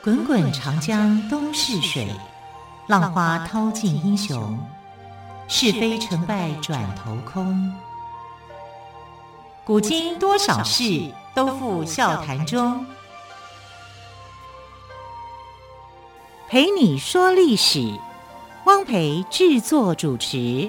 滚滚长江东逝水，浪花淘尽英雄。是非成败转头空。古今多少事，都付笑谈中。陪你说历史，汪培制作主持。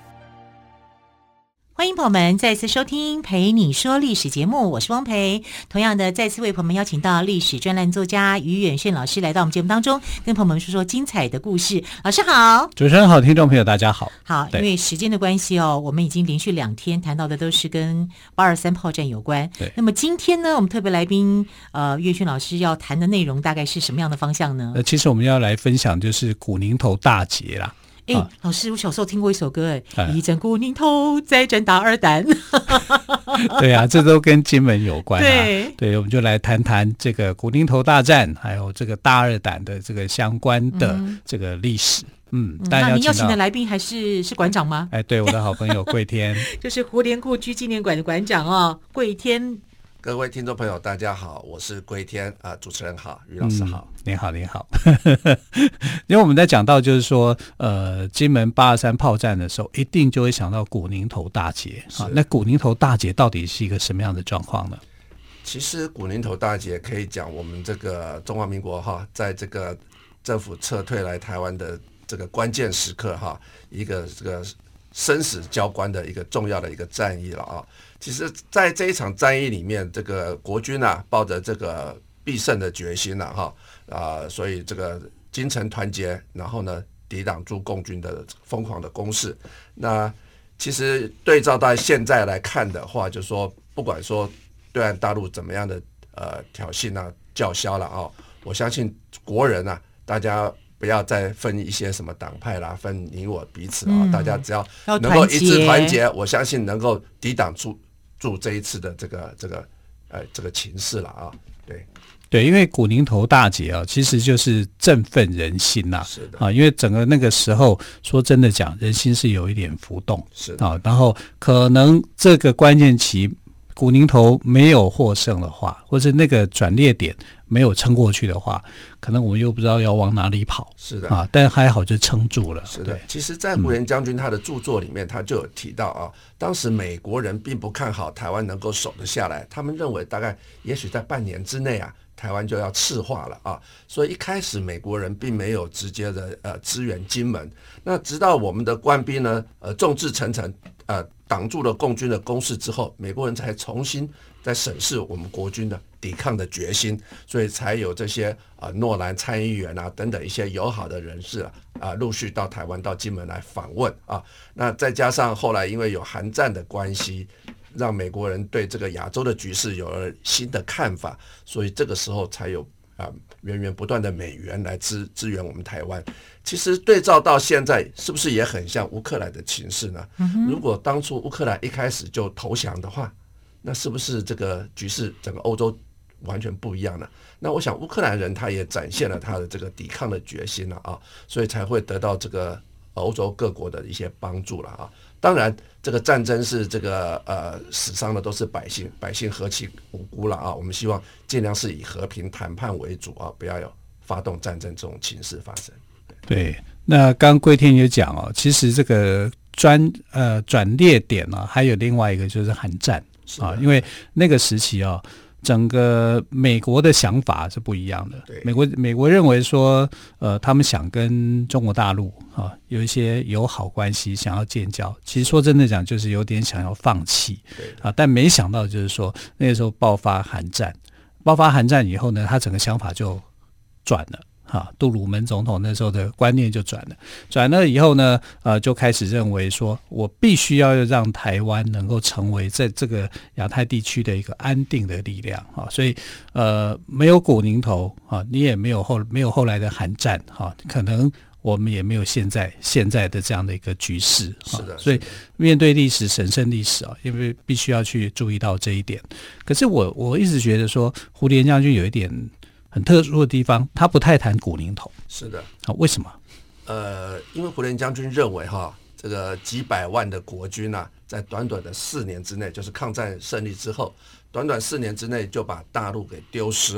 欢迎朋友们再次收听陪你说历史节目，我是汪培。同样的，再次为朋友们邀请到历史专栏作家于远炫老师来到我们节目当中，跟朋友们说说精彩的故事。老师好。 主持人好，听众朋友大家好。 好，因为时间的关系哦，我们已经连续2天谈到的都是跟823炮战有关。 对。 那么今天呢，我们特别来宾岳轩老师要谈的内容大概是什么样的方向呢？ 其实我们要来分享就是古宁头大捷啦。 老师，我小时候听过一首歌，一战古宁头，再战大二胆。 对啊，这都跟金门有关啊。 对， 我们就来谈谈这个古宁头大战，还有这个大二胆的这个相关的这个历史。 那您邀请的来宾还是馆长吗？ 对，我的好朋友桂天， 就是蝴莲库居纪念馆的馆长哦，桂天。 各位听众朋友大家好，我是桂天主持人好，于老师好。 你好因为我们在讲到就是说金门823炮战的时候，一定就会想到古宁头大捷那古宁头大捷到底是一个什么样的状况呢？ 其实古宁头大捷可以讲我们这个中华民国在这个政府撤退来台湾的这个关键时刻一个这个生死交关的一个重要的一个战役了啊。其实在这一场战役里面，这个国军抱着这个必胜的决心所以这个精诚团结，然后呢抵挡住共军的疯狂的攻势。那其实对照到现在来看的话，就是说不管说对岸大陆怎么样的挑衅叫嚣了我相信国人大家不要再分一些什么党派啦，分你我彼此大家只要能够一致团结，我相信能够抵挡住这一次的这个情势了对，因为古宁头大捷其实就是振奋人心是的因为整个那个时候说真的讲，人心是有一点浮动是的然后可能这个关键期古宁头没有获胜的话，或是那个转捩点没有撑过去的话，可能我们又不知道要往哪里跑。 是的但还好就撑住了。 是的，其实在胡琏将军他的著作里面他就有提到当时美国人并不看好台湾能够守得下来，他们认为大概也许在半年之内台湾就要赤化了所以一开始美国人并没有直接的支援金门。那直到我们的官兵呢众志成城挡住了共军的攻势之后，美国人才重新在审视我们国军的抵抗的决心，所以才有这些诺兰参议员等等一些友好的人士陆续到台湾到金门来访问那再加上后来因为有韩战的关系，让美国人对这个亚洲的局势有了新的看法，所以这个时候才有源源不断的美元来支援我们台湾。其实对照到现在，是不是也很像乌克兰的情势呢？如果当初乌克兰一开始就投降的话，那是不是这个局势整个欧洲完全不一样呢？那我想乌克兰人他也展现了他的这个抵抗的决心所以才会得到这个欧洲各国的一些帮助了当然这个战争是这个死伤的都是百姓何其无辜了我们希望尽量是以和平谈判为主不要有发动战争这种情势发生。 对，那刚桂天也讲其实这个转捩点还有另外一个就是韩战因为那个时期整个美国的想法是不一样的。美国认为说他们想跟中国大陆有一些友好关系，想要建交，其实说真的讲就是有点想要放弃但没想到就是说那个时候爆发韩战以后呢，他整个想法就转了杜鲁门总统那时候的观念就转了以后呢就开始认为说我必须要让台湾能够成为在这个亚太地区的一个安定的力量所以没有古宁头你也没有后来的韩战可能我们也没有现在的这样的一个局势是的所以面对历史神圣历史因为必须要去注意到这一点。可是我一直觉得说胡琏将军有一点很特殊的地方，他不太谈古宁头。 是的为什么？ 因为胡琏将军认为这个几百万的国军在短短的4年之内，就是抗战胜利之后短短4年之内就把大陆给丢失了，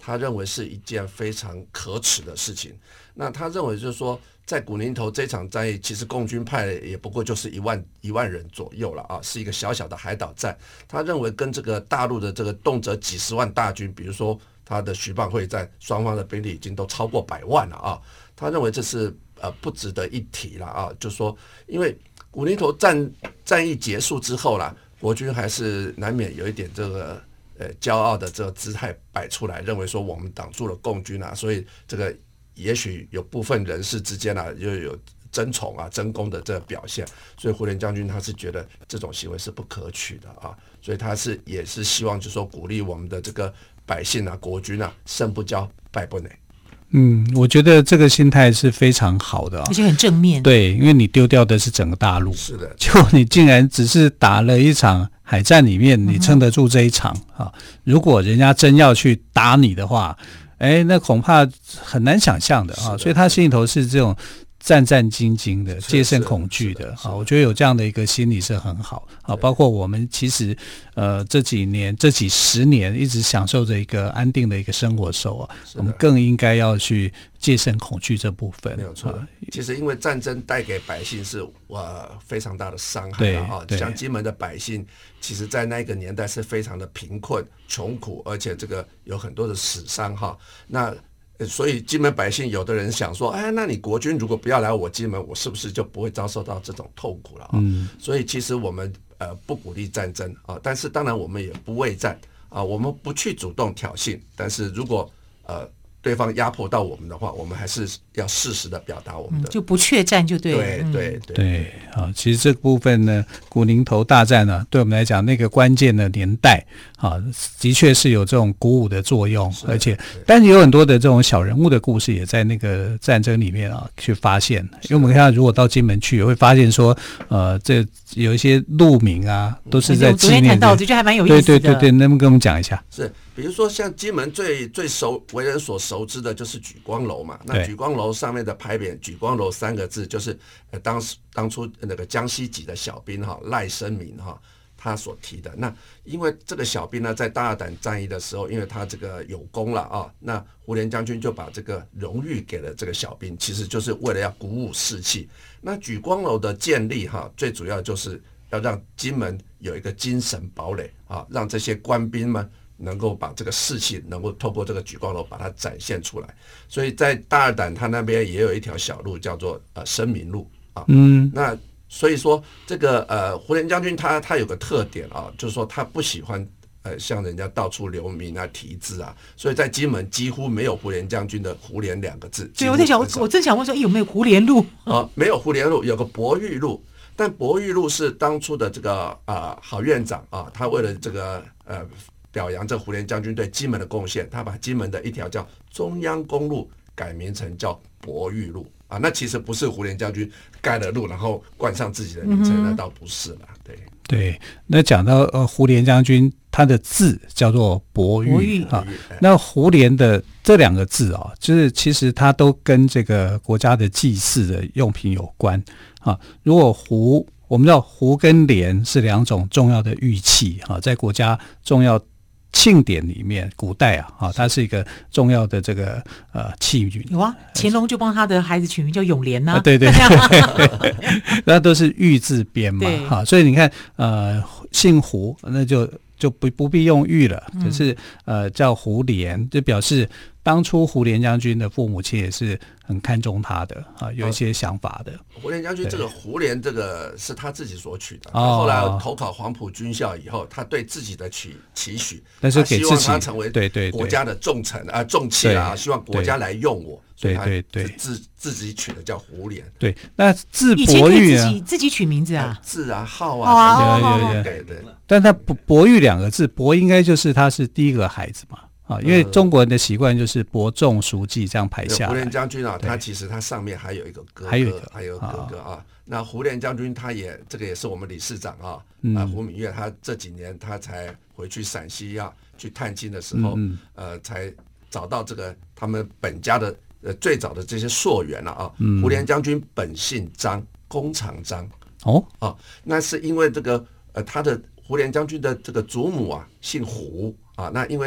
他认为是一件非常可耻的事情。那他认为就是说，在古宁头这场战役，其实共军派也不过就是1万人左右了啊，是一个小小的海岛战。他认为跟这个大陆的这个动辄几十万大军，比如说他的徐蚌会战，双方的兵力已经都超过100万了啊。他认为这是不值得一提了啊，就是说，因为古宁头战役结束之后啦，国军还是难免有一点这个骄傲的这个姿态摆出来，认为说我们挡住了共军啊，所以这个也许有部分人士之间啊又有争宠啊争功的这个表现，所以胡琏将军他是觉得这种行为是不可取的啊，所以他也是希望就是说鼓励我们的这个百姓啊国军啊胜不骄败不馁。 我觉得这个心态是非常好的， 而且很正面。 对，因为你丢掉的是整个大陆， 是的， 就你竟然只是打了一场海战里面，你撑得住这一场啊！如果人家真要去打你的话，那恐怕很难想象的啊！所以他心里头是这种战战兢兢的、戒慎恐惧的啊！我觉得有这样的一个心理是很好啊。包括我们其实这几十年一直享受着一个安定的一个生活的时候啊，我们更应该要去戒慎恐惧这部分。 没有错，其实因为战争带给百姓是非常大的伤害啊！像金门的百姓，其实在那个年代是非常的贫困、穷苦，而且这个有很多的死伤哈。那所以金门百姓有的人想说，那你国军如果不要来我金门，我是不是就不会遭受到这种痛苦了啊？所以其实我们不鼓励战争啊，但是当然我们也不畏战啊，我们不去主动挑衅，但是如果对方压迫到我们的话，我们还是要适时的表达我们的， 就不怯战就对了。 对啊，其实这个部分呢，古宁头大战呢，对我们来讲那个关键的年代啊，的确是有这种鼓舞的作用，而且但是有很多的这种小人物的故事也在那个战争里面啊去发现。因为我们看到如果到金门去，会发现说这有一些路名啊，都是在纪念。昨天谈到，我觉得还蛮有意思的。 对，能不能跟我们讲一下？ 是，比如说像金门最为人所熟知的就是莒光楼嘛，那莒光楼上面的牌匾"莒光楼"3个字，就是当初那个江西籍的小兵赖声民他所提的。那因为这个小兵呢，在大二胆战役的时候，因为他这个有功了啊，那胡琏将军就把这个荣誉给了这个小兵，其实就是为了要鼓舞士气。那莒光楼的建立最主要就是要让金门有一个精神堡垒啊，让这些官兵们能够把这个士气能够透过这个莒光楼把它展现出来。所以在大二胆他那边也有一条小路叫做声民路啊。那所以说这个胡琏将军他有个特点啊，就是说他不喜欢像人家到处留名啊题字啊，所以在金门几乎没有胡琏将军的胡琏2个字。 对，我正想问说有没有胡琏路没有胡琏路，有个博玉路。但博玉路是当初的这个郝院长啊，他为了这个表扬这胡琏将军对金门的贡献，他把金门的一条叫中央公路改名成叫博玉路啊。那其实不是胡琏将军盖了路然后冠上自己的名称，那倒不是了。 对，那讲到胡琏将军，他的字叫做博玉啊。那胡琏的这2个字啊，就是其实它都跟这个国家的祭祀的用品有关啊。如果我们知道胡跟琏是2种重要的玉器啊，在国家重要庆典里面，古代它是一个重要的这个器皿。 有啊，乾隆就帮他的孩子取名叫永琏对，那都是玉字边嘛，所以你看姓胡那就不必用玉了，就是叫胡琏，就表示当初胡琏将军的父母亲也是很看重他的有一些想法的。 胡琏将军这个胡琏这个是他自己所取的，后来投考黄埔军校以后，他对自己的期许， 但是给自己他希望他成为国家的重臣重器啊，希望国家来用我，所以他自己取的叫胡琏。 对，那字博玉自己取名字啊， 字啊号啊，对。 但他博玉2个字，博应该就是他是第一个孩子嘛。因为中国人的习惯就是伯仲叔季这样排下来。 胡琏将军他其实他上面还有一个哥哥，还有哥哥啊。那胡琏将军这个也是我们理事长胡敏月，他这几年他才回去陕西去探亲的时候，才找到这个他们本家的最早的这些溯源了胡琏将军本姓张，弓长张。那是因为这个他的胡琏将军的这个祖母姓胡那因为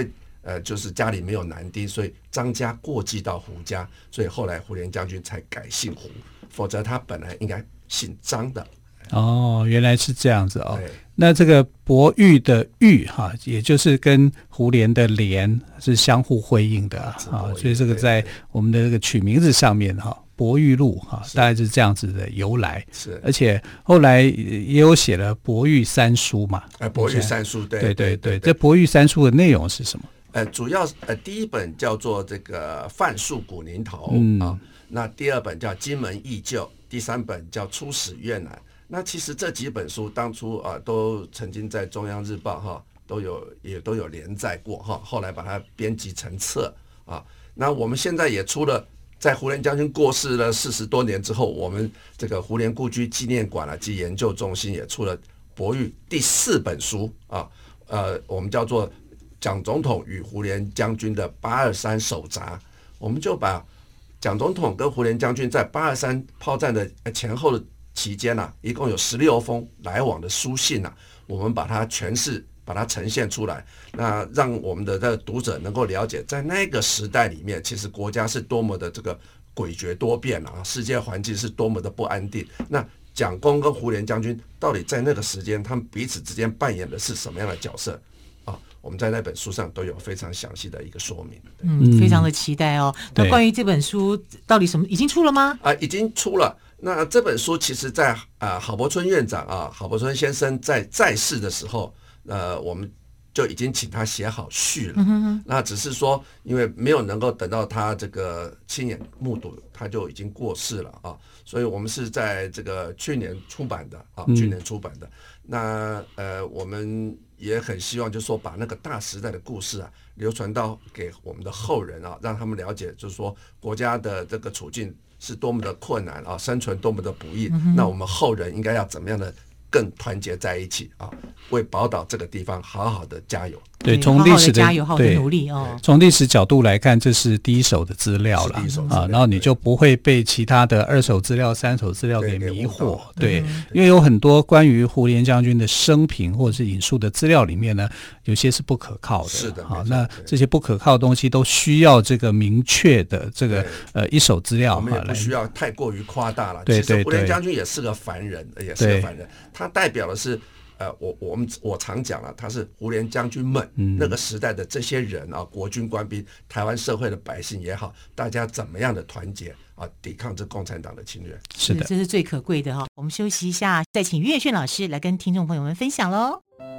就是家里没有男丁，所以张家过继到胡家，所以后来胡琏将军才改姓胡，否则他本来应该姓张的。 哦，原来是这样子哦。那这个伯玉的玉哈，也就是跟胡琏的琏是相互辉映的啊，所以这个在我们的这个取名字上面哈，伯玉录哈，大概是这样子的由来。 是， 而且后来也有写了伯玉三书嘛。 伯玉三书，对。 这伯玉三书的内容是什么？ 主要第一本叫做这个《范树古宁头》啊，那第二本叫《金门忆旧》，第三本叫《出使越南》。那其实这几本书当初都曾经在中央日报也都有连载过后来把它编辑成册啊。那我们现在也出了，在胡琏将军过世了40多年之后，我们这个胡琏故居纪念馆及研究中心也出了伯玉第4本书啊，我们叫做蒋总统与胡琏将军的823手札。我们就把蒋总统跟胡琏将军在823炮战的前后的期间一共有16封来往的书信我们把它诠释，把它呈现出来，那让我们的这个读者能够了解，在那个时代里面，其实国家是多么的这个诡谲多变世界环境是多么的不安定。那蒋公跟胡琏将军到底在那个时间，他们彼此之间扮演的是什么样的角色我们在那本书上都有非常详细的一个说明。 非常的期待哦。那关于这本书到底什么已经出了吗？ 已经出了。那这本书其实在郝柏村院长郝柏村先生在世的时候，我们就已经请他写好序了。那只是说，因为没有能够等到他这个亲眼目睹，他就已经过世了所以我们是在这个去年出版的那我们也很希望就是说把那个大时代的故事流传到给我们的后人让他们了解，就是说国家的这个处境是多么的困难生存多么的不易。那我们后人应该要怎么样的更团结在一起为宝岛这个地方好好的加油。 对，从历史的加油，好好的努力从历史角度来看，这是第一手的资料了然后你就不会被其他的2手资料、3手资料给迷惑。对，因为有很多关于胡琏将军的生平或者是引述的资料里面呢，有些是不可靠的。 是的， 那这些不可靠的东西都需要这个明确的这个一手资料。 我们也不需要太过于夸大了。 对， 其实胡琏将军也是个凡人，他代表的是我常讲了，他是胡琏将军们那个时代的这些人国军官兵，台湾社会的百姓也好，大家怎么样的团结抵抗这共产党的侵略。 是的， 这是最可贵的我们休息一下，再请于远炫老师来跟听众朋友们分享咯。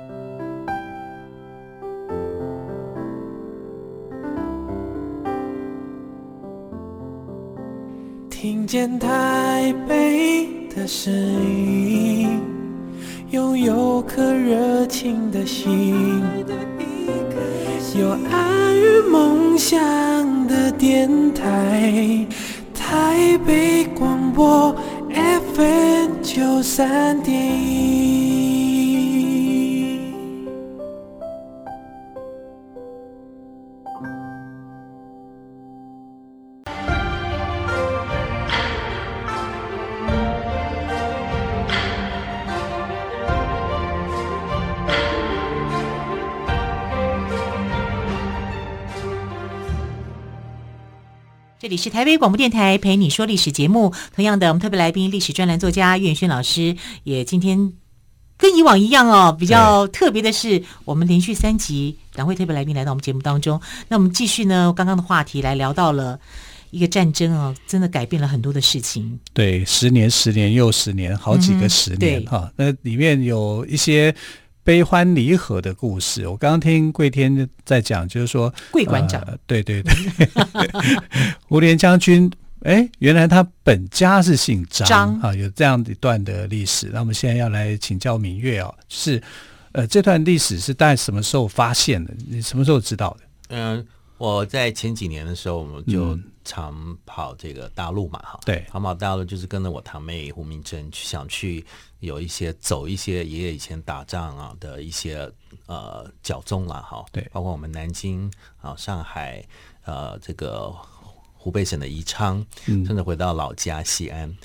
听见台北的声音，拥有颗热情的心，有爱与梦想的电台，台北广播 FM93.1。 这里是台北广播电台陪你说历史节目，同样的我们特别来宾历史专栏作家于远炫老师也今天跟以往一样比较特别的是我们连续3集2位特别来宾来到我们节目当中。那我们继续呢刚刚的话题来聊到了一个战争真的改变了很多的事情。 对，10年又10年，好几个10年那里面有一些悲欢离合的故事。我刚刚听贵天在讲，就是说贵馆长对胡琏将军原来他本家是姓张有这样一段的历史。那我们现在要来请教敏月就是这段历史是大概什么时候发现的？你什么时候知道的？ 我在前几年的时候，我们就常跑这个大陆嘛对， 常跑大陆就是跟着我堂妹胡明珍想去走一些爷爷以前打仗的一些脚踪啦对， 包括我们南京上海这个湖北省的宜昌，甚至回到老家西安。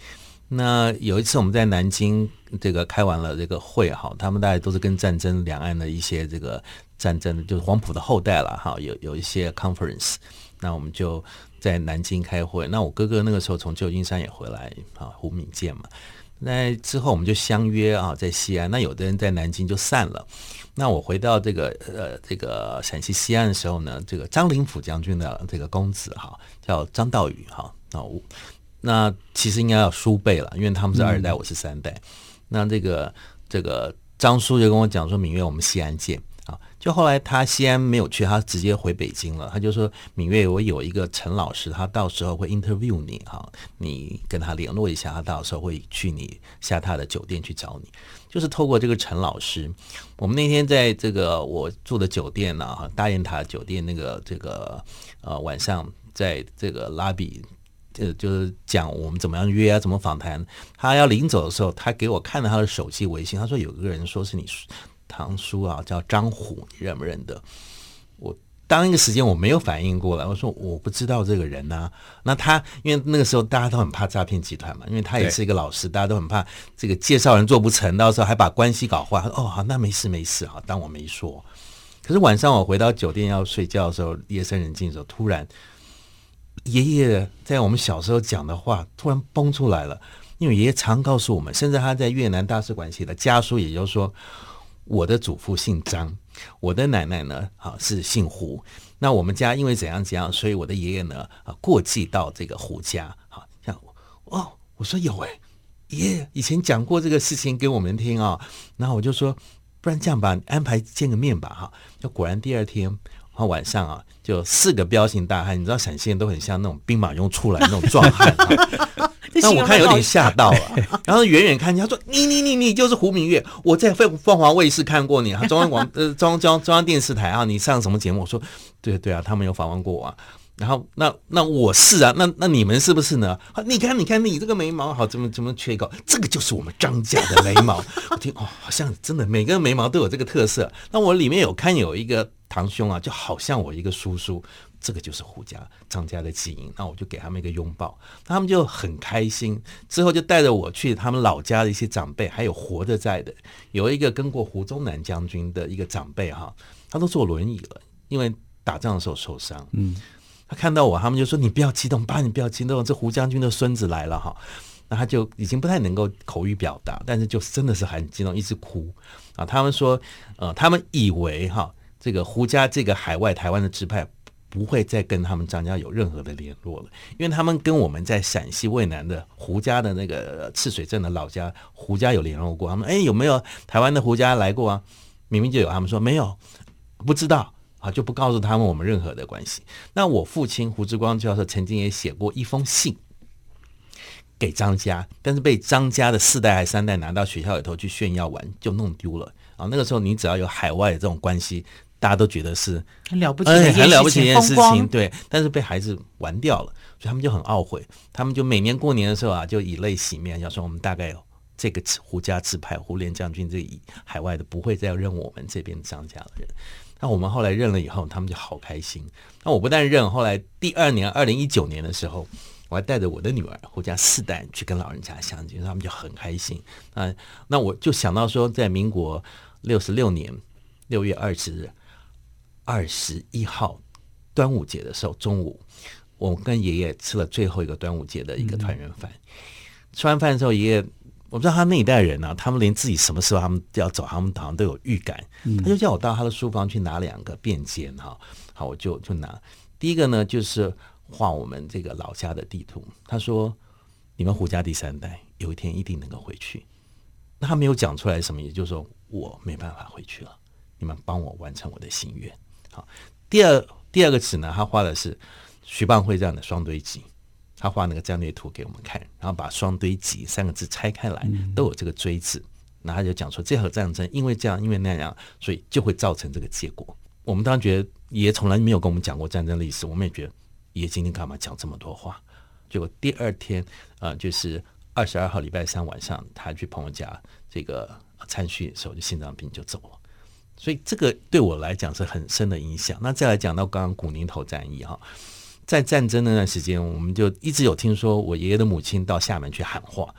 那有一次我们在南京这个开完了这个会哈，他们大概都是跟战争两岸的一些这个战争，就是黄埔的后代了哈，有一些 conference， 那我们就在南京开会。那我哥哥那个时候从旧金山也回来啊，胡敏健嘛。那之后我们就相约啊，在西安。那有的人在南京就散了。那我回到这个陕西西安的时候呢，这个张灵甫将军的这个公子哈，叫张道宇哈，那其实应该要叔辈了，因为他们是2代，我是3代。那这个张叔就跟我讲说，敏月我们西安见啊。就后来他西安没有去，他直接回北京了。他就说，敏月，我有一个陈老师，他到时候会 interview 你哈，你跟他联络一下，他到时候会去你下榻的酒店去找你。就是透过这个陈老师，我们那天在这个我住的酒店呢，大雁塔酒店晚上在这个拉比。就是讲我们怎么样约啊，怎么访谈。他要临走的时候，他给我看了他的手机微信，他说有个人说是你堂叔啊，叫张虎，你认不认得？我当一个时间我没有反应过来，我说我不知道这个人啊。那他因为那个时候大家都很怕诈骗集团嘛，因为他也是一个老师，大家都很怕这个介绍人做不成，到时候还把关系搞坏。哦，好，那没事，好，当我没说。可是晚上我回到酒店要睡觉的时候，夜深人静的时候，突然。爷爷在我们小时候讲的话突然蹦出来了，因为爷爷常告诉我们，甚至他在越南大使馆写的家书，也就是说我的祖父姓张，我的奶奶呢是姓胡，那我们家因为怎样，所以我的爷爷呢过继到这个胡家。像我说有爷爷以前讲过这个事情给我们听啊，然后我就说不然这样吧，安排见个面吧就果然第二天晚上就4个彪形大汉，你知道陕西人都很像那种兵马俑出来那种壮汉那我看有点吓到了然后远远看见他说你就是胡敏月，我在凤凰卫视看过你中央电视台你上什么节目？我说对啊，他们有访问过我然后那我是啊，那你们是不是呢？你看你这个眉毛好，怎么缺一个？这个就是我们张家的眉毛。我听好像真的每个眉毛都有这个特色。那我里面有一个堂兄就好像我一个叔叔，这个就是胡家张家的基因。那我就给他们一个拥抱，他们就很开心。之后就带着我去他们老家的一些长辈，还有活着在的，有一个跟过胡宗南将军的一个长辈他都坐轮椅了，因为打仗的时候受伤。他看到我，他们就说你不要激动，爸你不要激动，这胡将军的孙子来了那他就已经不太能够口语表达，但是就真的是很激动，一直哭他们说他们以为这个胡家这个海外台湾的支派不会再跟他们张家有任何的联络了，因为他们跟我们在陕西渭南的胡家的那个赤水镇的老家胡家有联络过，他们有没有台湾的胡家来过啊？明明就有，他们说没有，不知道就不告诉他们我们任何的关系。那我父亲胡志光教授曾经也写过一封信给张家，但是被张家的4代还3代拿到学校里头去炫耀完，就弄丢了那个时候你只要有海外的这种关系，大家都觉得是很了不起的一件事情， 对，但是被孩子玩掉了，所以他们就很懊悔。他们就每年过年的时候就以泪洗面，要说我们大概有这个胡家支派胡连将军这海外的不会再认我们这边张家的人。那我们后来认了以后，他们就好开心。那我不但认，后来第2年2019年的时候，我还带着我的女儿胡家4代去跟老人家相见，他们就很开心。那我就想到说，在民国66年6月20日21号端午节的时候中午，我跟爷爷吃了最后一个端午节的一个团圆饭。吃完饭之后，爷爷我不知道他那一代人他们连自己什么时候他们要走，他们好像都有预感。他就叫我到他的书房去拿2个便笺好，我就拿。第一个呢就是画我们这个老家的地图。他说你们胡家第3代有一天一定能够回去。那他没有讲出来什么，也就是说我没办法回去了，你们帮我完成我的心愿。好，第二个尺呢，他画的是徐蚌会战的双堆集。他画那个战略图给我们看，然后把双堆集3个字拆开来，都有这个追字。然后他就讲说，这场战争因为这样，因为那样，所以就会造成这个结果。我们当然觉得爷爷从来没有跟我们讲过战争历史，我们也觉得爷爷今天干嘛讲这么多话？结果第2天，就是22号礼拜3晚上，他去朋友家这个参叙的时候，就心脏病就走了。所以这个对我来讲是很深的影响。那再来讲到刚刚古宁头战役在战争那段时间，我们就一直有听说我爷爷的母亲到厦门去喊话，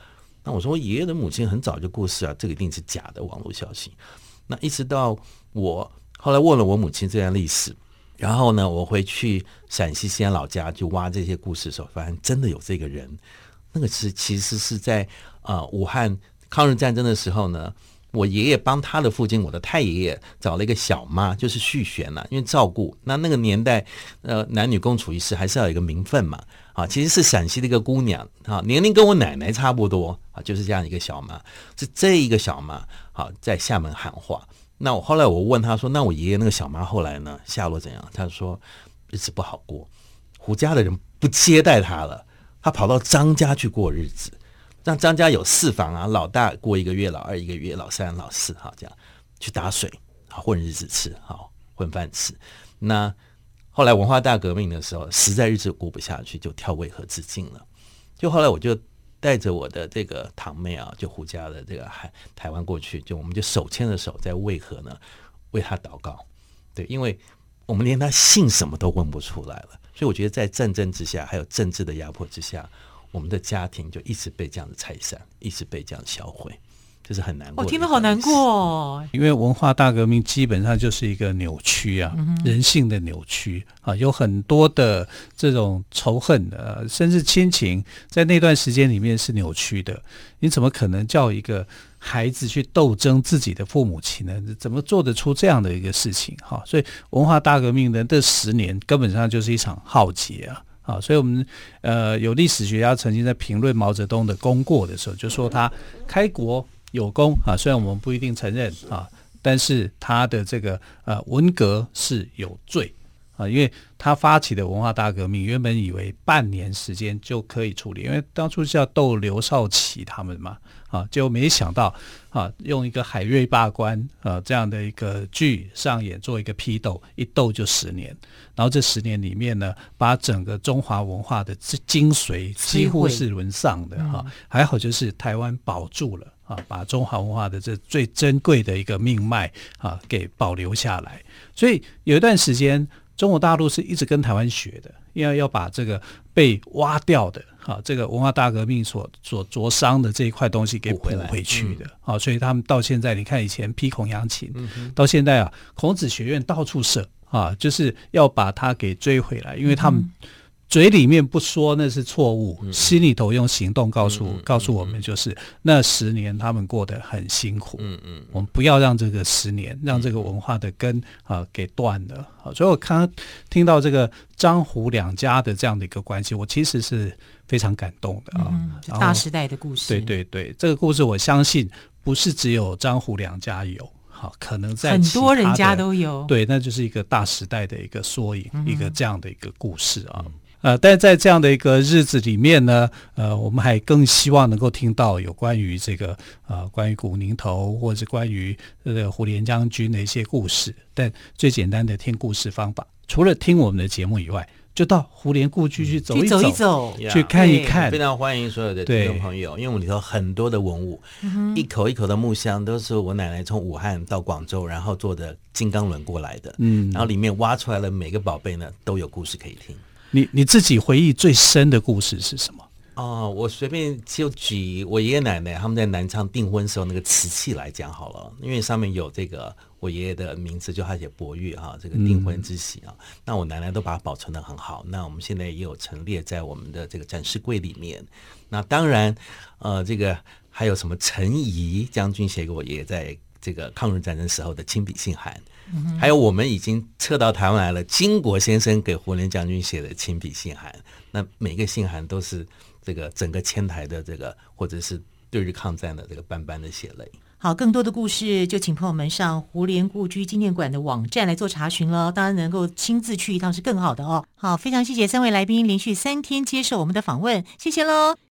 那我说我爷爷的母亲很早就过世啊，这个一定是假的网络消息。那一直到我后来问了我母亲这段历史，然后呢，我回去陕西西安老家就挖这些故事的时候，发现真的有这个人。那个其实是在武汉抗日战争的时候呢，我爷爷帮他的父亲，我的太爷爷找了一个小妈，就是续弦因为照顾那个年代，男女共处一室，还是要有一个名分嘛。其实是陕西的一个姑娘年龄跟我奶奶差不多就是这样一个小妈，是这一个小妈在厦门喊话。那后来我问他说，那我爷爷那个小妈后来呢下落怎样？他说日子不好过，胡家的人不接待他了，他跑到张家去过日子。让张家有4房老大过1个月，老二1个月，老三老四这样去打水混日子吃混饭吃。那后来文化大革命的时候，实在日子过不下去，就跳渭河自尽了。就后来我就带着我的这个堂妹就胡家的这个台湾过去，就我们就手牵着手在渭河呢为他祷告。对，因为我们连他姓什么都问不出来了，所以我觉得在战争之下，还有政治的压迫之下，我们的家庭就一直被这样子拆散，一直被这样销毁，这是很难过的。 听得好难过因为文化大革命基本上就是一个扭曲人性的扭曲有很多的这种仇恨甚至亲情在那段时间里面是扭曲的。你怎么可能叫一个孩子去斗争自己的父母亲呢？怎么做得出这样的一个事情所以文化大革命的这10年根本上就是一场浩劫所以我们有历史学家曾经在评论毛泽东的功过的时候，就说他开国有功虽然我们不一定承认但是他的这个文革是有罪因为他发起的文化大革命原本以为半年时间就可以处理，因为当初是要斗刘少奇他们嘛结果没想到用一个海瑞罢官这样的一个剧上演做一个批斗，一斗就10年，然后这10年里面呢，把整个中华文化的精髓几乎是沦丧的还好就是台湾保住了把中华文化的这最珍贵的一个命脉给保留下来。所以有一段时间中国大陆是一直跟台湾学的，因为要把这个被挖掉的这个文化大革命所灼伤的这一块东西给补回去的所以他们到现在你看以前批孔扬琴到现在孔子学院到处设就是要把它给追回来，因为他们嘴里面不说那是错误，心里头用行动告诉我们，就是那10年他们过得很辛苦。我们不要让这个10年让这个文化的根给断了。所以我刚刚听到这个张胡两家的这样的一个关系，我其实是非常感动的大时代的故事。 对对对，这个故事我相信不是只有张胡两家有。可能在很多人家都有， 对，那就是一个大时代的一个缩影，一个这样的一个故事但在这样的一个日子里面呢，我们还更希望能够听到有关于这个关于古宁头或者是关于胡琏将军的一些故事。但最简单的听故事方法，除了听我们的节目以外，就到胡琏故居去走一走，去看一看。 非常欢迎所有的听众朋友，因为我们里头很多的文物，一口一口的木箱都是我奶奶从武汉到广州，然后坐的金刚轮过来的。然后里面挖出来的每个宝贝呢，都有故事可以听。 你自己回忆最深的故事是什么？ 我随便就举我爷爷奶奶他们在南昌订婚时候那个瓷器来讲好了，因为上面有这个我爷爷的名字，就他写博越这个订婚之喜那我奶奶都把它保存得很好，那我们现在也有陈列在我们的这个展示柜里面。那当然这个还有什么陈仪将军写给我爷爷在这个抗日战争时候的亲笔信函，还有我们已经撤到台湾来了金国先生给胡琏将军写的亲笔信函，那每个信函都是这个整个迁台的这个或者是对日抗战的这个斑斑的血泪。 好，更多的故事就请朋友们上胡琏故居纪念馆的网站来做查询了，当然能够亲自去一趟是更好的好，非常谢谢3位来宾连续3天接受我们的访问，谢谢喽。